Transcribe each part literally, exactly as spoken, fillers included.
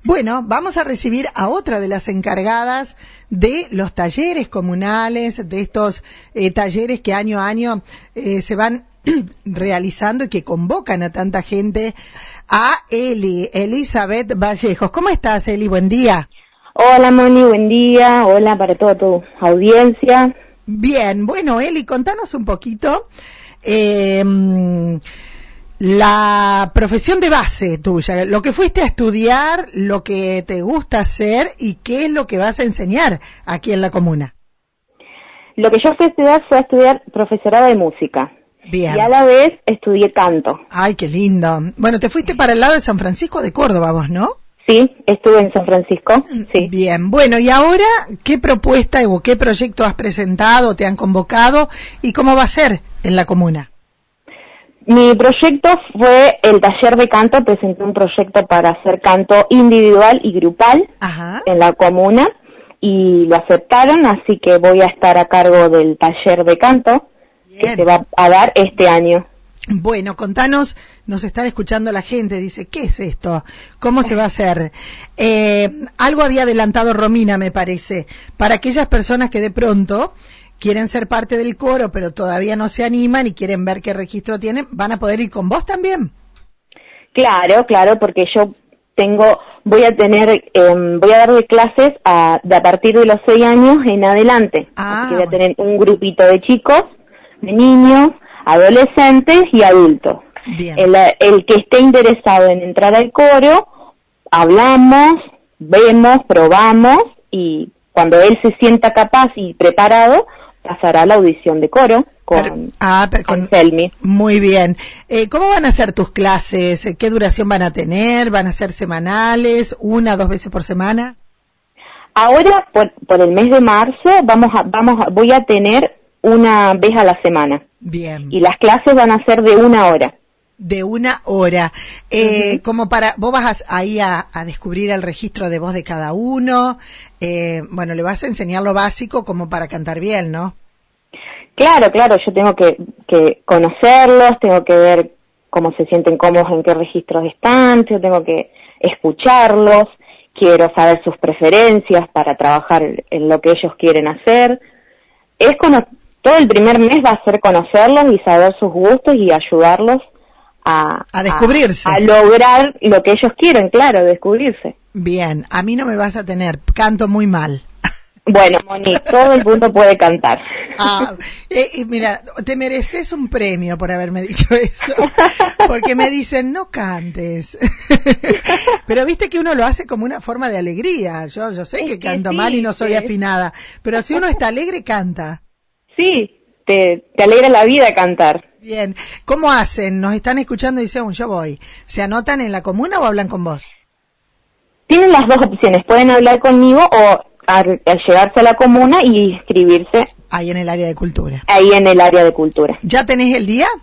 Bueno, vamos a recibir a otra de las encargadas de los talleres comunales, de estos eh, talleres que año a año eh, se van realizando y que convocan a tanta gente, a Eli, Elizabeth Vallejos. ¿Cómo estás, Eli? Buen día. Hola, Moni, buen día. Hola para toda tu audiencia. Bien, bueno, Eli, contanos un poquito eh, la profesión de base tuya, lo que fuiste a estudiar, lo que te gusta hacer y qué es lo que vas a enseñar aquí en la comuna. Lo que yo fui a estudiar fue a estudiar profesorado de música. Bien. Y a la vez estudié canto. Ay, qué lindo. Bueno, te fuiste para el lado de San Francisco de Córdoba, vos, ¿no? Sí, estuve en San Francisco, sí. Bien, bueno, y ahora, ¿qué propuesta o qué proyecto has presentado, te han convocado y cómo va a ser en la comuna? Mi proyecto fue el taller de canto, presenté un proyecto para hacer canto individual y grupal. Ajá. En la comuna y lo aceptaron, así que voy a estar a cargo del taller de canto. Bien. Que se va a dar este año. Bueno, contanos, nos está escuchando la gente, dice, ¿qué es esto? ¿Cómo se va a hacer? Eh, algo había adelantado Romina, me parece, para aquellas personas que de pronto quieren ser parte del coro, pero todavía no se animan y quieren ver qué registro tienen, ¿van a poder ir con vos también? Claro, claro, porque yo tengo, voy a tener, eh, voy a darle clases a, de a partir de los seis años en adelante. Ah, así que voy a tener un grupito de chicos, de niños, adolescentes y adultos. Bien. El, el que esté interesado en entrar al coro, hablamos, vemos, probamos y cuando él se sienta capaz y preparado, pasará a la audición de coro con, pero, ah, pero con, con Selmi. Muy bien. Eh, ¿Cómo van a ser tus clases? ¿Qué duración van a tener? ¿Van a ser semanales? ¿Una, dos veces por semana? Ahora, por, por el mes de marzo, vamos a, vamos a, voy a tener una vez a la semana. Bien. Y las clases van a ser de una hora. De una hora. Eh, uh-huh. Como para, vos vas a, ahí a, a descubrir el registro de voz de cada uno. Eh, bueno, le vas a enseñar lo básico como para cantar bien, ¿no? Claro, claro, yo tengo que, que conocerlos, tengo que ver cómo se sienten cómodos, en qué registros están, yo tengo que escucharlos, quiero saber sus preferencias para trabajar en lo que ellos quieren hacer. Es cono- todo el primer mes va a ser conocerlos y saber sus gustos y ayudarlos a, a descubrirse. A, a lograr lo que ellos quieren, claro, descubrirse. Bien, a mí no me vas a tener, canto muy mal. Bueno, Moni, todo el mundo puede cantar. Ah, eh, eh, mira, te mereces un premio por haberme dicho eso, porque me dicen, no cantes. Pero viste que uno lo hace como una forma de alegría. Yo, yo sé es que, que canto sí, mal y no soy sí. afinada, pero si uno está alegre, canta. Sí, te, te alegra la vida cantar. Bien, ¿cómo hacen? Nos están escuchando y dicen, yo voy. ¿Se anotan en la comuna o hablan con vos? Tienen las dos opciones, pueden hablar conmigo o al, al llegarse a la comuna y inscribirse. Ahí en el área de cultura. Ahí en el área de cultura. ¿Ya tenés el día?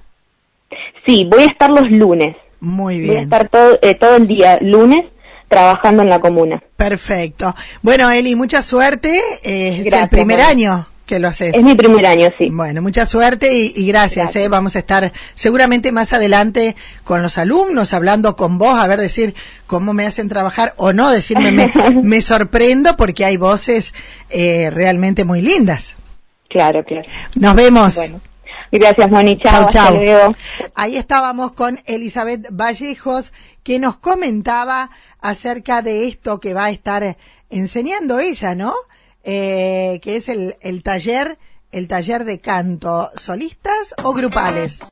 Sí, voy a estar los lunes. Muy bien. Voy a estar todo, eh, todo el día, lunes, trabajando en la comuna. Perfecto. Bueno, Eli, mucha suerte. Eh, es el primer Mari. año que lo haces. Es mi primer año, sí. Bueno, mucha suerte y, y gracias, gracias. Eh. Vamos a estar seguramente más adelante con los alumnos, hablando con vos, a ver decir cómo me hacen trabajar o no, decirme me, me sorprendo porque hay voces eh, realmente muy lindas. Claro, claro. Nos vemos. Bueno. Gracias, Moni. Chao, chao. Chao. Ahí estábamos con Elizabeth Vallejos, que nos comentaba acerca de esto que va a estar enseñando ella, ¿no? Eh, que es el, el taller, el taller de canto, solistas o grupales.